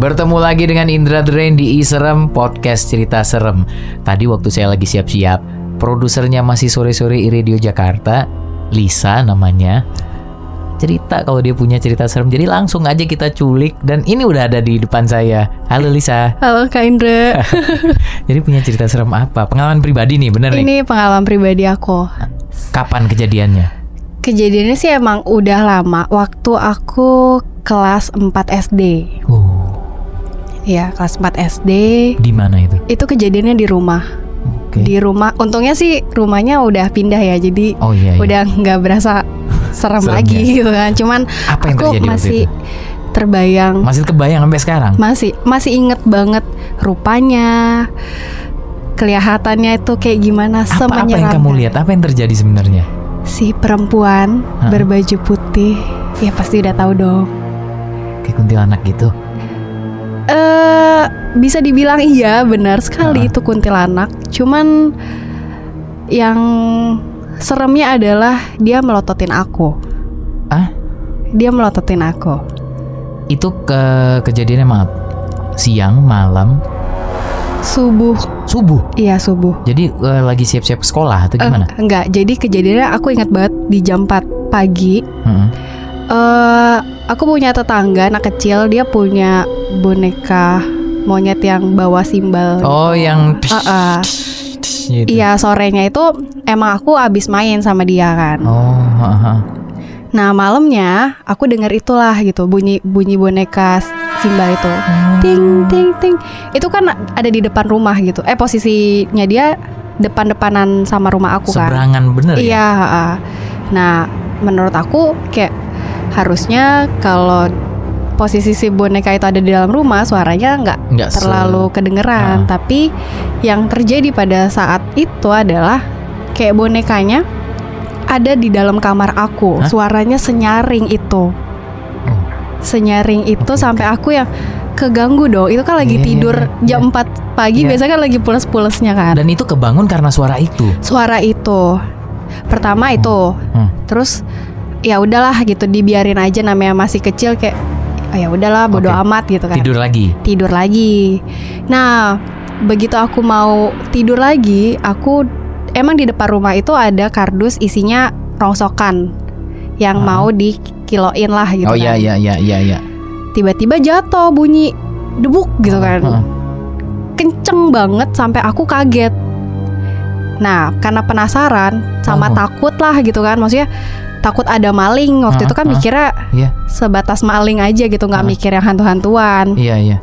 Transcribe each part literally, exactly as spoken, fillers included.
Bertemu lagi dengan Indra Drain di iSerem Podcast Cerita Serem. Tadi waktu saya lagi siap-siap, produsernya masih sore-sore iRadio Jakarta, Lisa namanya, cerita kalau dia punya cerita serem. Jadi langsung aja kita culik. Dan ini udah ada di depan saya. Halo Lisa. Halo Kak Indra. Jadi punya cerita serem apa? Pengalaman pribadi nih, bener nih? Ini pengalaman pribadi aku. Kapan kejadiannya? Kejadiannya sih emang udah lama. Waktu aku kelas empat S D. Oh. Iya, kelas empat S D. Di mana itu? Itu kejadiannya di rumah. Okay. Di rumah. Untungnya sih rumahnya udah pindah ya. Jadi oh, iya, iya. udah nggak berasa serem Seremnya. lagi gitu kan. Cuman apa yang aku terjadi masih waktu itu? terbayang. Masih kebayang sampai sekarang? Masih masih inget banget rupanya, kelihatannya itu kayak gimana, apa, semenyeramkan. apa yang kamu lihat? Apa yang terjadi sebenarnya? Si perempuan Hah? berbaju putih, ya pasti udah tahu dong. Kayak kuntilanak gitu? Eh, bisa dibilang iya, benar sekali Hah? itu kuntilanak. Cuman yang seremnya adalah dia melototin aku. Ah? Dia melototin aku. Itu ke kejadiannya maaf siang, malam, Subuh. subuh. Iya, subuh. Jadi uh, lagi siap-siap sekolah atau gimana? Eh, enggak, jadi kejadiannya aku ingat banget di jam empat pagi. Hmm. Eh, aku punya tetangga anak kecil, dia punya boneka monyet yang bawa simbal. Oh, yang Uh-uh. gitu. Iya, sorenya itu emang aku abis main sama dia kan. Oh, uh-huh. Nah, malamnya aku dengar itulah gitu, bunyi bunyi boneka simbal itu. Ting ting ting. Itu kan ada di depan rumah gitu. Eh, posisinya dia depan-depanan sama rumah aku kan. Seberangan bener ya? Iya, uh, nah menurut aku kayak harusnya kalau posisi si boneka itu ada di dalam rumah, suaranya nggak Nggak terlalu se- kedengeran. uh. Tapi yang terjadi pada saat itu adalah kayak bonekanya ada di dalam kamar aku. Hah? Suaranya senyaring itu, Oh. senyaring itu Oke, sampai oke. aku yang keganggu dong. Itu kan lagi Iya, tidur iya, iya. jam empat pagi, Iya. biasanya kan lagi pules-pulesnya kan. Dan itu kebangun karena suara itu. Suara itu pertama itu, Hmm. terus ya udahlah gitu, dibiarin aja, namanya masih kecil kayak oh, ya udahlah bodo Oke. amat gitu kan. Tidur lagi. Tidur lagi. Nah, begitu aku mau tidur lagi, aku emang di depan rumah itu ada kardus isinya rongsokan yang Ah. mau dikiloin lah gitu Oh kan. iya iya iya iya iya. Tiba-tiba jatuh bunyi debuk gitu kan. Heeh. Kenceng banget sampai aku kaget. Nah, karena penasaran sama Oh. takut lah gitu kan. Maksudnya takut ada maling. Waktu Ah, itu kan ah. mikirnya Iya. sebatas maling aja gitu, nggak Ah. mikir yang hantu-hantuan. Iya iya.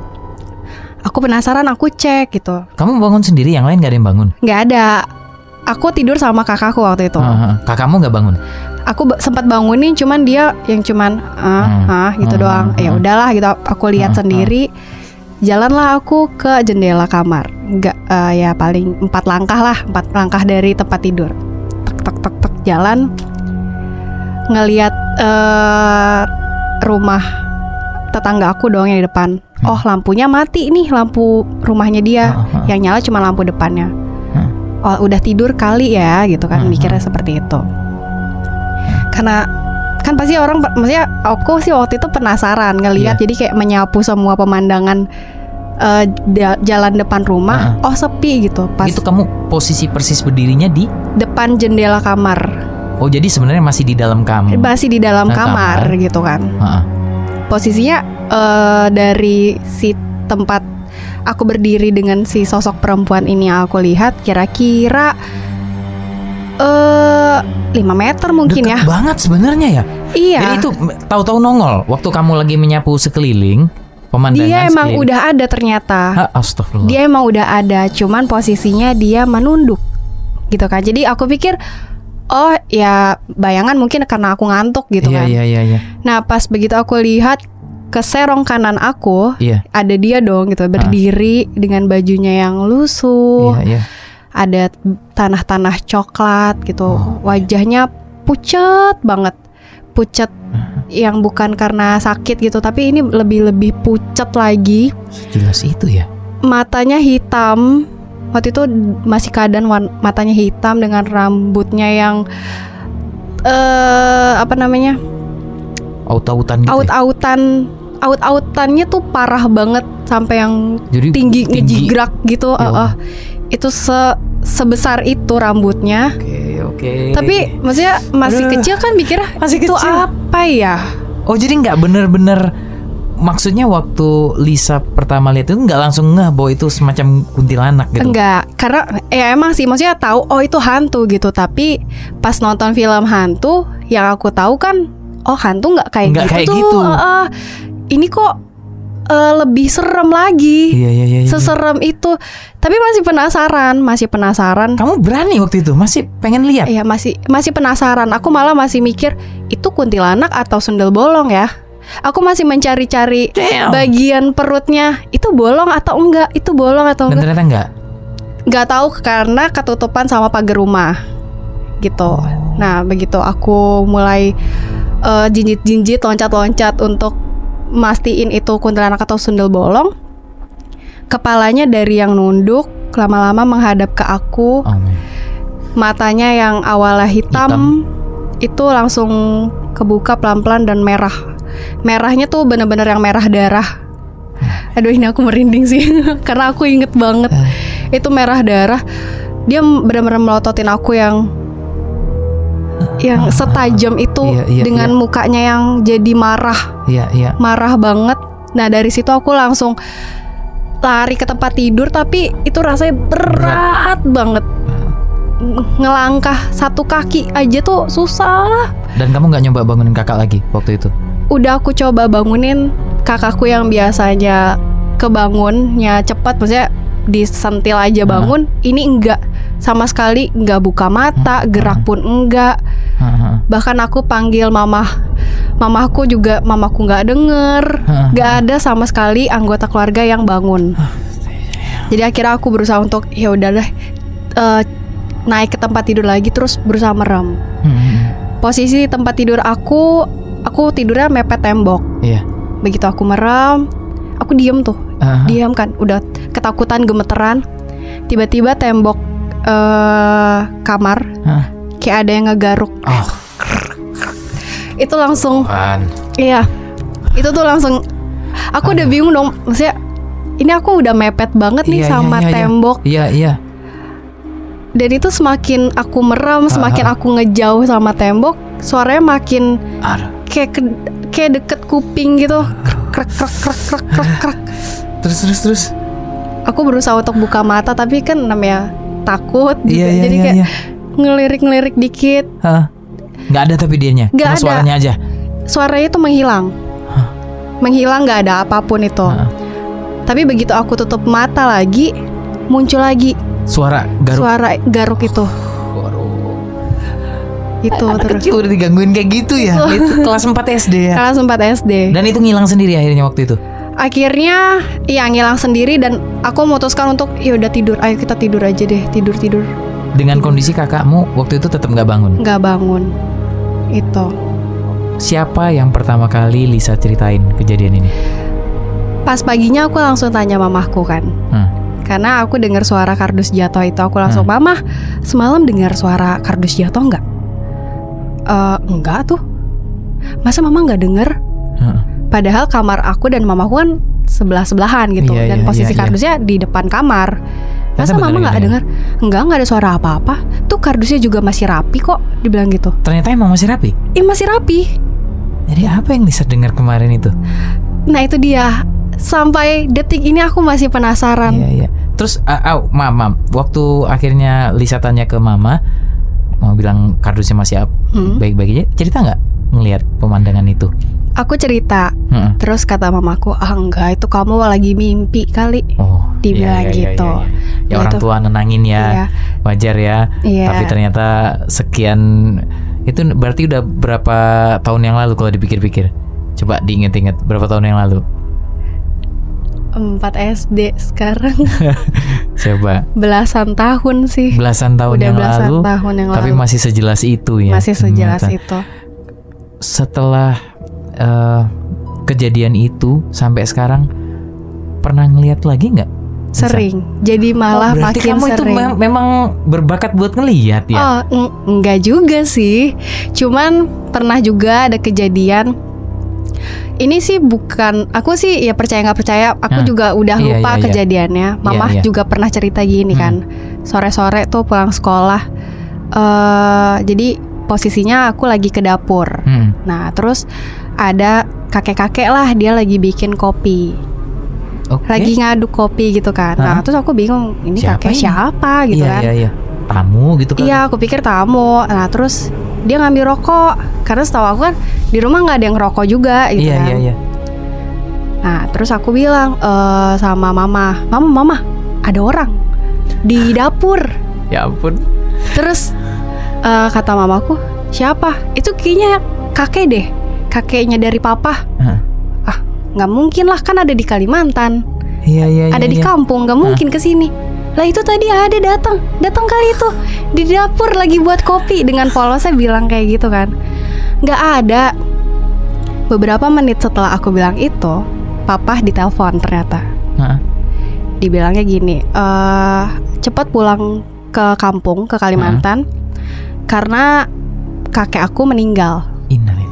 Aku penasaran, aku cek gitu. Kamu bangun sendiri, yang lain gak ada yang bangun? Nggak ada. Aku tidur sama kakakku waktu itu. Heeh. Kakakmu gak bangun? Aku ba- sempat bangunin, cuman dia yang cuman ah Hmm. ah gitu Hmm. doang. Ya Hmm. udahlah gitu. Aku lihat Hmm. sendiri. Jalanlah aku ke jendela kamar. Nggak eh, ya paling empat langkah lah, empat langkah dari tempat tidur. Tek tek tek tek jalan. Ngelihat eh, rumah tetangga aku dong yang di depan. Hmm. Oh, lampunya mati nih, lampu rumahnya dia. Ah, ah. Yang nyala cuma lampu depannya. Hmm. Oh, udah tidur kali ya gitu kan, Hmm. mikirnya seperti itu. Karena kan pasti orang, maksudnya aku sih waktu itu penasaran ngelihat, Iya. jadi kayak menyapu semua pemandangan eh, da- jalan depan rumah. Ah. Oh, sepi gitu. Pas Itu kamu posisi persis berdirinya di? depan jendela kamar, Oh jadi sebenarnya masih di dalam kamu? masih di dalam Nah, kamar, kamar. gitu kan. Heeh. Posisinya eh, dari si tempat aku berdiri dengan si sosok perempuan ini yang aku lihat kira-kira eh lima meter mungkin Deket ya. banget sebenarnya ya. Iya. Jadi itu m- tahu-tahu nongol waktu kamu lagi menyapu sekeliling, pemandangan Dia emang sekeliling. udah ada ternyata. Hah, astagfirullah. Dia emang udah ada, cuman posisinya dia menunduk gitu kan. Jadi aku pikir oh ya bayangan mungkin karena aku ngantuk gitu Iya kan. iya iya iya. Nah, pas begitu aku lihat ke serong kanan aku, Iya. ada dia dong gitu, berdiri dengan bajunya yang lusuh. Iya iya. Ada tanah-tanah coklat gitu. Oh, Wajahnya pucat banget. Pucat yang bukan karena sakit gitu, tapi ini lebih-lebih pucat lagi. Jelas itu ya. Matanya hitam. Waktu itu masih keadaan wan- matanya hitam dengan rambutnya yang eh apa namanya? Aut-autan gitu. Ya? Aut-autan out-outannya tuh parah banget sampai yang Jadi tinggi, tinggi. ngejigrak gitu. Ya. Uh, uh. Itu se sebesar itu rambutnya. Oke, oke. Tapi maksudnya masih Aduh. kecil kan mikirnya Masih itu kecil. apa ya? Oh, jadi nggak bener-bener, maksudnya waktu Lisa pertama lihat itu nggak langsung ngeh bahwa itu semacam kuntilanak gitu. Enggak, karena ya emang sih maksudnya tahu oh itu hantu gitu, tapi pas nonton film hantu yang aku tahu kan oh hantu nggak kayak Nggak gitu kayak tuh. gitu. Uh, uh, ini kok uh, lebih serem lagi. Iya, iya, iya. iya. Seserem itu. Tapi masih penasaran, masih penasaran. Kamu berani waktu itu, masih pengen lihat? Iya, masih masih penasaran. Aku malah masih mikir itu kuntilanak atau sundel bolong ya. Aku masih mencari-cari Damn. bagian perutnya. Itu bolong atau enggak? Itu bolong atau Dan enggak? ternyata enggak. Nggak tahu karena ketutupan sama pagar rumah gitu. Oh. Nah begitu aku mulai uh, jinjit-jinjit, loncat-loncat untuk mastiin itu kuntilanak atau sundel bolong, kepalanya dari yang nunduk lama-lama menghadap ke aku. Oh, Matanya yang awalnya hitam, Hitam. itu langsung kebuka pelan-pelan dan merah. Merahnya tuh bener-bener yang merah darah. Aduh ini aku merinding sih karena aku inget banget itu merah darah. Dia benar-benar melototin aku yang yang setajam itu, Iya, iya, dengan iya. mukanya yang jadi marah, Iya, iya. marah banget. Nah dari situ aku langsung lari ke tempat tidur, tapi itu rasanya berat banget. Ngelangkah satu kaki aja tuh susah. Dan kamu nggak nyoba bangunin kakak lagi waktu itu? Udah aku coba bangunin kakakku yang biasanya kebangunnya cepat, maksudnya disentil aja bangun. Ini enggak, sama sekali enggak buka mata, gerak pun enggak. Heeh. Bahkan aku panggil mamah, mamahku juga mamaku nggak denger, nggak ada sama sekali anggota keluarga yang bangun. Jadi akhirnya aku berusaha untuk ya udah deh, uh, naik ke tempat tidur lagi, terus berusaha merem. Hmm. Posisi tempat tidur aku, aku tidurnya mepet tembok. Iya. Begitu aku merem, aku diem tuh, Aha. diam kan, udah ketakutan gemeteran. Tiba-tiba tembok uh, kamar Hah? kayak ada yang ngegaruk. Oh, Itu langsung, Tuhan. iya, itu tuh langsung, aku udah bingung dong, maksudnya ini aku udah mepet banget nih Iya, sama iya, iya, tembok. Iya, iya. Dan itu semakin aku merem, semakin Aha. aku ngejauh sama tembok, suaranya makin Aduh. kayak ke, kayak deket kuping gitu, krek krek krek krek krek krek. Terus, terus, terus. Aku berusaha untuk buka mata, tapi kan namanya takut gitu, Iya, iya, jadi iya, kayak iya. ngelirik-ngelirik dikit. Hah? Nggak ada tapi dianya? Nggak Cuma ada. suaranya aja? Suaranya itu menghilang, Hah? menghilang, nggak ada apapun itu. Hah. Tapi begitu aku tutup mata lagi, muncul lagi Suara garuk? suara garuk itu. Waduh. Itu Anak terus. kecil udah digangguin kayak gitu ya? Itu kelas empat S D ya? Kelas empat S D. Dan itu ngilang sendiri akhirnya waktu itu? Akhirnya ya ngilang sendiri dan aku memutuskan untuk ya udah tidur, ayo kita tidur aja deh, tidur tidur. Dengan kondisi kakakmu waktu itu tetap nggak bangun? Nggak bangun. Itu. Siapa yang pertama kali Lisa ceritain kejadian ini? Pas paginya aku langsung tanya mamahku kan. Hmm. Karena aku dengar suara kardus jatuh itu, aku langsung, Hmm. "Mama, semalam dengar suara kardus jatuh nggak?" "Eh, enggak tuh. Masa mama nggak denger?" Heeh. Padahal kamar aku dan mamaku kan sebelah-sebelahan gitu, Iya, dan iya, posisi iya, iya. kardusnya di depan kamar. Masa Ternyata mama bener nggak gitu ya? dengar? Enggak, nggak ada suara apa-apa. Tuh kardusnya juga masih rapi kok, dibilang gitu. Ternyata emang masih rapi? Ih masih rapi. Jadi apa yang Lisa dengar kemarin itu? Nah itu dia. Sampai detik ini aku masih penasaran. Iya, iya. Terus, uh, oh, mam, mam, waktu akhirnya Lisa tanya ke mama, mau bilang kardusnya masih ap- Hmm. baik-baik aja, cerita nggak ngelihat pemandangan itu? Aku cerita. Heeh. Terus kata mamaku, ah enggak, itu kamu lagi mimpi kali. Oh, Dibilang iya, iya, gitu. iya, iya. Ya Ya, orang itu. tua nenangin ya, Iya. wajar ya. Iya. Tapi ternyata sekian, itu berarti udah berapa tahun yang lalu kalau dipikir-pikir? Coba diinget-inget berapa tahun yang lalu? empat S D sekarang. Coba. Belasan tahun sih. Belasan tahun Udah yang belasan lalu. tahun yang Tapi lalu. masih sejelas itu ya. Masih sejelas ternyata. itu. Setelah uh, kejadian itu sampai sekarang pernah ngeliat lagi nggak? Lisa? Sering. Jadi malah Oh, berarti makin kamu itu sering. mem- memang berbakat buat ngeliat ya? Oh, eng- enggak juga sih. Cuman pernah juga ada kejadian ini sih bukan aku sih ya percaya nggak percaya. Aku Hah? juga udah Iya, lupa iya, iya. kejadiannya. Mama Iya, iya. juga pernah cerita gini Hmm. kan. Sore-sore tuh pulang sekolah. eh jadi posisinya aku lagi ke dapur. Hmm. Nah terus ada kakek-kakek lah, dia lagi bikin kopi. Oke. Lagi ngaduk kopi gitu kan. Nah Hah? terus aku bingung, ini Siapa kakek ini? siapa gitu Iya kan. iya iya. Tamu gitu kan. Iya, aku pikir tamu. Nah terus dia ngambil rokok, karena setahu aku kan di rumah nggak ada yang ngerokok juga gitu Iya kan. iya iya. Nah terus aku bilang eh, sama mama, mama mama ada orang di dapur. Ya ampun. Terus eh, kata mamaku, siapa? Itu kayaknya kakek deh, kakeknya dari papa. Hah. Ah nggak mungkin lah, kan ada di Kalimantan, Iya iya iya. ada di iya. kampung, nggak mungkin kesini. Lah itu tadi ada datang, datang kali itu di dapur lagi buat kopi, dengan polosnya bilang kayak gitu kan. Nggak ada. Beberapa menit setelah aku bilang itu, papa ditelepon ternyata. Hah? Dibilangnya gini, eh cepat pulang ke kampung, ke Kalimantan, karena kakek aku meninggal. Innalillahi.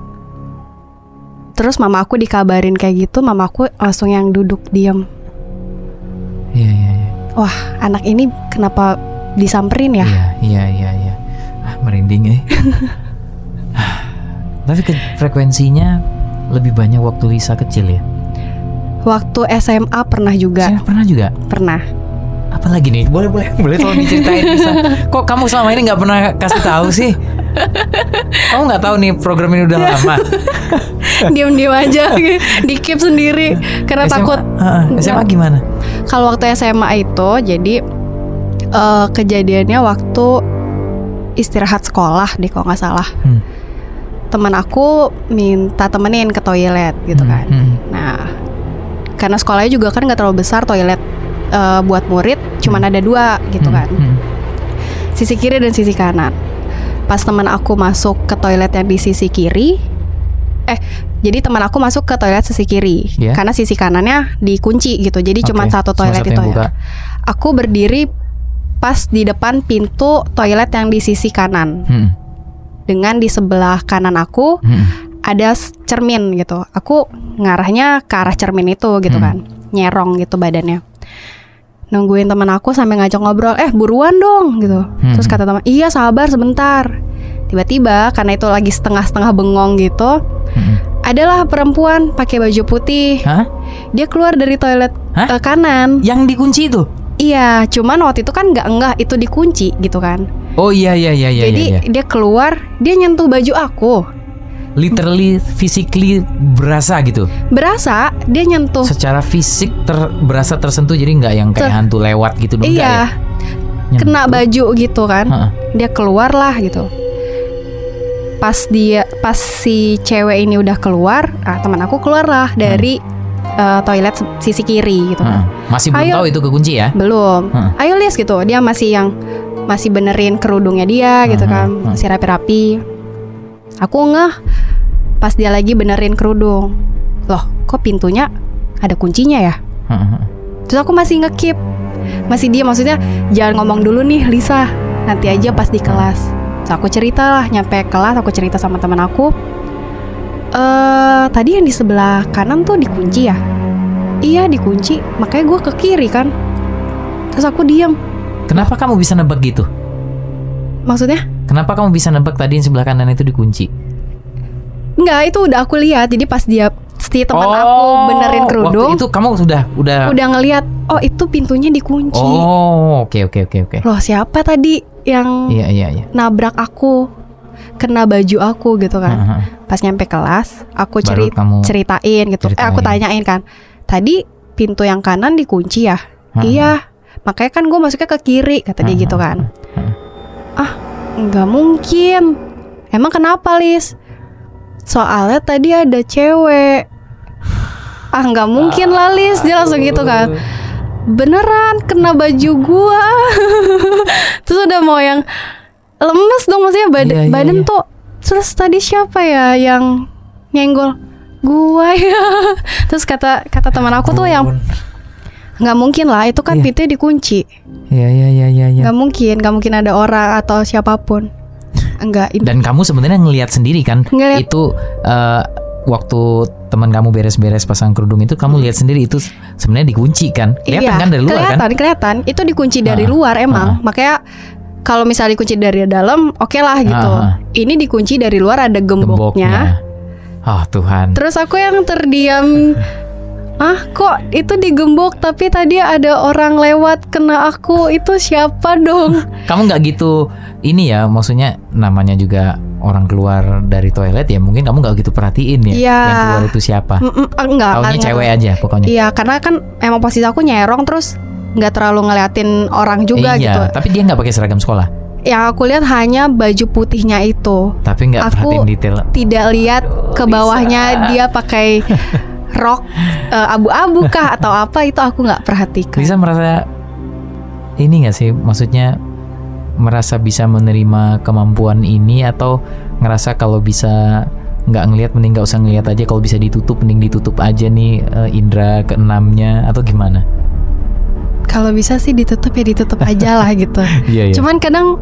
Terus mama aku dikabarin kayak gitu, mama aku langsung yang duduk diam. Iya iya iya. Wah, anak ini kenapa disamperin ya? Iya iya iya iya. Ah, merinding eh. Tapi ke frekuensinya lebih banyak waktu Lisa kecil ya. Waktu S M A pernah juga. Saya pernah juga. Pernah. Apalagi nih? Boleh boleh boleh tolong diceritain Lisa. Kok kamu selama ini nggak pernah kasih tahu sih? Kamu nggak tahu nih program ini udah lama. Diam-diam aja, di keep sendiri karena S M A, takut. uh, S M A gimana? Kalau waktu S M A itu, jadi eh, kejadiannya waktu istirahat sekolah deh kalau nggak salah. Hmm. Teman aku minta temenin ke toilet gitu Hmm, kan. hmm. Nah, karena sekolahnya juga kan nggak terlalu besar, toilet eh, buat murid cuman ada dua gitu Hmm, kan. hmm. Sisi kiri dan sisi kanan. Pas teman aku masuk ke toilet yang di sisi kiri, eh jadi teman aku masuk ke toilet sisi kiri, Yeah. karena sisi kanannya dikunci gitu. Jadi cuma Oke, satu cuma toilet satu itu yang buka. ya. Aku berdiri pas di depan pintu toilet yang di sisi kanan. Hmm. Dengan di sebelah kanan aku Hmm. ada s- cermin gitu. Aku ngarahnya ke arah cermin itu gitu Hmm. kan, nyerong gitu badannya. Nungguin teman aku sampai ngajak ngobrol, eh buruan dong gitu. Hmm. Terus kata teman, iya sabar sebentar. Tiba-tiba karena itu lagi setengah-setengah bengong gitu, Hmm. adalah perempuan pakai baju putih. Hah? Dia keluar dari toilet Hah? eh, kanan. Yang dikunci itu? Iya, cuman waktu itu kan nggak enggak itu dikunci gitu kan. Oh iya iya iya iya. Jadi iya. dia keluar, dia nyentuh baju aku. Literally, physically berasa gitu. Berasa dia nyentuh. Secara fisik ter, berasa tersentuh, jadi nggak yang kayak Ter- hantu lewat gitu dong. nggak Iya, ya? kena Nyentuh. baju gitu kan. Heeh. Dia keluar lah gitu. Pas dia, pas si cewek ini udah keluar, ah, teman aku keluar lah dari eh, toilet se- sisi kiri gitu kan. Heeh. Masih belum Ayo. tahu itu kekunci ya? Belum. Heeh. Ayo Lis gitu. Dia masih yang masih benerin kerudungnya dia gitu Heeh, kan, heeh. masih rapi-rapi. Aku ngeh pas dia lagi benerin kerudung. Loh, kok pintunya ada kuncinya ya? Heeh. Terus aku masih ngekip, masih dia maksudnya jangan ngomong dulu nih Lisa, nanti aja pas di kelas. Terus aku cerita lah, nyampe kelas aku cerita sama teman aku. Eh tadi yang di sebelah kanan tuh dikunci ya? Iya dikunci, makanya gue ke kiri kan. Terus aku diam. Kenapa kamu bisa nebak gitu? Maksudnya? Kenapa kamu bisa nebak tadi yang sebelah kanan itu dikunci? Enggak, itu udah aku lihat. Jadi pas dia si teman Oh, aku benerin kerudung, waktu itu kamu sudah udah. udah ngelihat, oh itu pintunya dikunci. Oh, oke oke oke oke. Loh siapa tadi yang Iya iya iya. nabrak aku, kena baju aku gitu kan. Heeh. Pas nyampe kelas, aku Baru ceri- kamu ceritain gitu. Eh aku ceritain. tanyain kan, tadi pintu yang kanan dikunci ya? Heeh. Iya, makanya kan gue masuknya ke kiri, kata dia Heeh. gitu kan. Heeh. Ah, nggak mungkin. Emang kenapa Lis? Soalnya tadi ada cewek. Ah nggak mungkin lah Lis, dia langsung gitu kan. Beneran kena baju gua. Terus udah mau yang lemes dong, maksudnya bad- Iya, iya, badan iya. tuh. Terus tadi siapa ya yang nyenggol gua ya? Terus kata kata teman aku tuh yang nggak mungkin lah, itu kan Iya. pintunya dikunci. Iya iya iya iya. iya. Nggak mungkin, nggak mungkin ada orang atau siapapun. Enggak, ini Dan kamu sebenarnya ngelihat sendiri kan? Ngeliat. Itu eh, waktu teman kamu beres-beres pasang kerudung itu kamu lihat sendiri itu sebenarnya dikunci kan? Kelihatan iya, kan dari luar kelihatan, kan? Kelihatan, itu dikunci dari Ah, luar emang. ah. Makanya kalau misalnya dikunci dari dalam, oke lah gitu. Ah, ah. Ini dikunci dari luar ada gemboknya. Oh Tuhan. Terus aku yang terdiam, ah kok itu digembok tapi tadi ada orang lewat kena aku, itu siapa dong? Kamu nggak gitu ini ya, maksudnya namanya juga orang keluar dari toilet ya, mungkin kamu nggak gitu perhatiin ya, Iya. yang keluar itu siapa? Mm-mm, enggak, Taunya enggak. cewek aja pokoknya. Iya, karena kan emang posisi aku nyerong terus nggak terlalu ngeliatin orang juga iya, gitu. tapi dia nggak pakai seragam sekolah. Yang aku lihat hanya baju putihnya itu. Tapi nggak Aku perhatiin detail. Tidak lihat ke bawahnya dia pakai rok eh, abu-abu kah atau apa, itu aku nggak perhatikan. Lisa merasa ini nggak sih, maksudnya merasa bisa menerima kemampuan ini atau ngerasa kalau bisa nggak ngelihat mending nggak usah ngelihat aja, kalau bisa ditutup mending ditutup aja nih uh, indera keenamnya atau gimana? Kalau bisa sih ditutup ya ditutup aja lah gitu. Iya, iya. Cuman kadang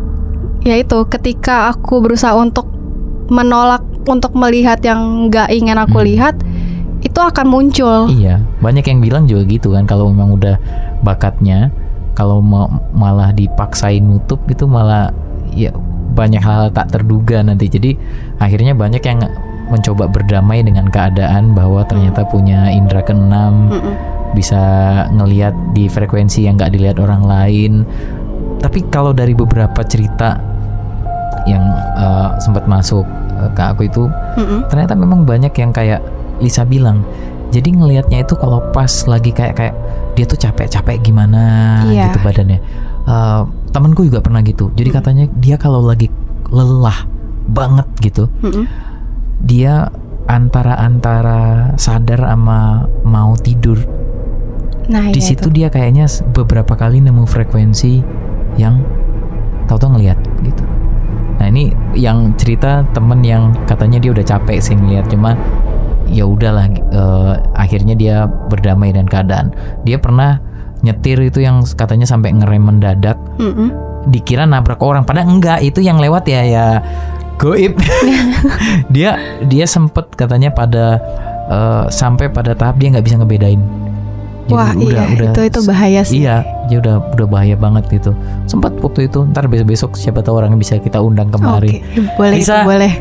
ya itu ketika aku berusaha untuk menolak untuk melihat yang nggak ingin aku Hmm. lihat, itu akan muncul. Iya, banyak yang bilang juga gitu kan, kalau memang udah bakatnya, kalau ma- malah dipaksain nutup gitu malah ya banyak hal tak terduga nanti. Jadi akhirnya banyak yang mencoba berdamai dengan keadaan bahwa ternyata punya indera keenam, Mm-mm. bisa ngelihat di frekuensi yang nggak dilihat orang lain. Tapi kalau dari beberapa cerita yang uh, sempat masuk uh, ke aku itu, Mm-mm. ternyata memang banyak yang kayak Lisa bilang. Jadi ngelihatnya itu kalau pas lagi kayak kayak dia tuh capek-capek gimana Iya. gitu badannya. Uh, temenku juga pernah gitu. Jadi Mm. katanya dia kalau lagi lelah banget gitu, Mm-mm. dia antara-antara sadar sama mau tidur. Nah, Di iya situ itu. dia kayaknya s- beberapa kali nemu frekuensi yang tahu-tahu ngelihat gitu. Nah ini yang cerita temen yang katanya dia udah capek sih ngelihat, cuma ya udahlah, eh, akhirnya dia berdamai dengan keadaan. Dia pernah nyetir itu yang katanya sampai ngerem mendadak, Mm-mm. dikira nabrak orang, padahal enggak, itu yang lewat ya ya goib. dia dia sempet katanya pada eh, sampai pada tahap dia nggak bisa ngebedain. Jadi Wah, iya, itu itu bahaya sih. Iya, dia udah udah bahaya banget gitu. Sempat waktu itu, ntar besok-besok siapa tahu orang bisa kita undang kemari. Oke, boleh, Lisa. itu boleh.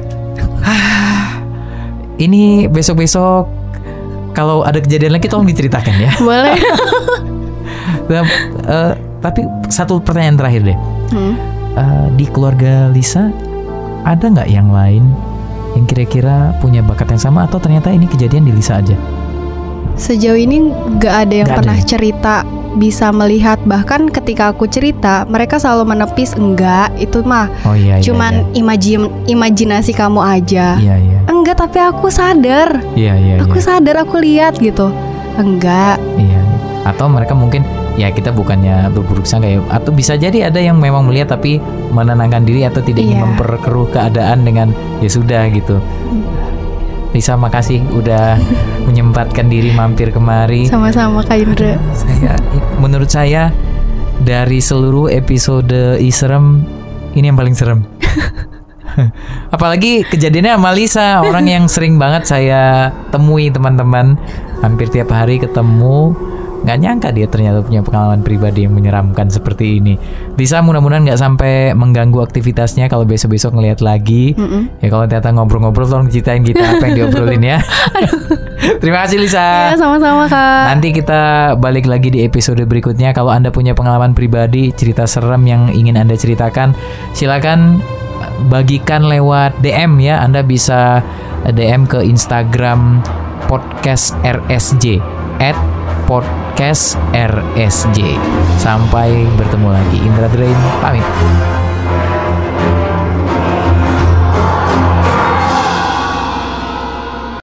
Ini besok-besok kalau ada kejadian lagi tolong diceritakan ya. Boleh. Nah, eh, tapi satu pertanyaan terakhir deh. Hmm. Eh, di keluarga Lisa ada nggak yang lain yang kira-kira punya bakat yang sama atau ternyata ini kejadian di Lisa aja? Sejauh ini nggak ada yang Nggak ada pernah ya? cerita bisa melihat, bahkan ketika aku cerita mereka selalu menepis enggak, itu mah Oh iya, iya, cuman imajin imajinasi kamu aja. iya, iya, Enggak, tapi aku sadar, iya, iya, aku iya, sadar, aku lihat gitu. Enggak. iya, iya. Atau mereka mungkin ya kita bukannya berburuk sangka ya, atau bisa jadi ada yang memang melihat tapi menenangkan diri atau tidak ingin Iya. memperkeruh keadaan dengan ya sudah gitu. Lisa, makasih udah menyempatkan diri mampir kemari. Sama-sama Kak Indra. Saya, menurut saya dari seluruh episode Iserem ini yang paling serem. Apalagi kejadiannya sama Lisa, orang yang sering banget saya temui teman-teman, hampir tiap hari ketemu. Nggak nyangka dia ternyata punya pengalaman pribadi yang menyeramkan seperti ini. Lisa, mudah-mudahan nggak sampai mengganggu aktivitasnya kalau besok-besok ngelihat lagi. Mm-mm. Ya kalau ternyata ngobrol-ngobrol tolong ceritain kita apa yang diobrolin ya. Terima kasih Lisa. Ya, sama-sama Kak. Nanti kita balik lagi di episode berikutnya. Kalau Anda punya pengalaman pribadi, cerita serem yang ingin Anda ceritakan, silakan bagikan lewat D M ya. Anda bisa D M ke Instagram podcast R S J at podcast R S J. Sampai bertemu lagi. Indra Drain pamit.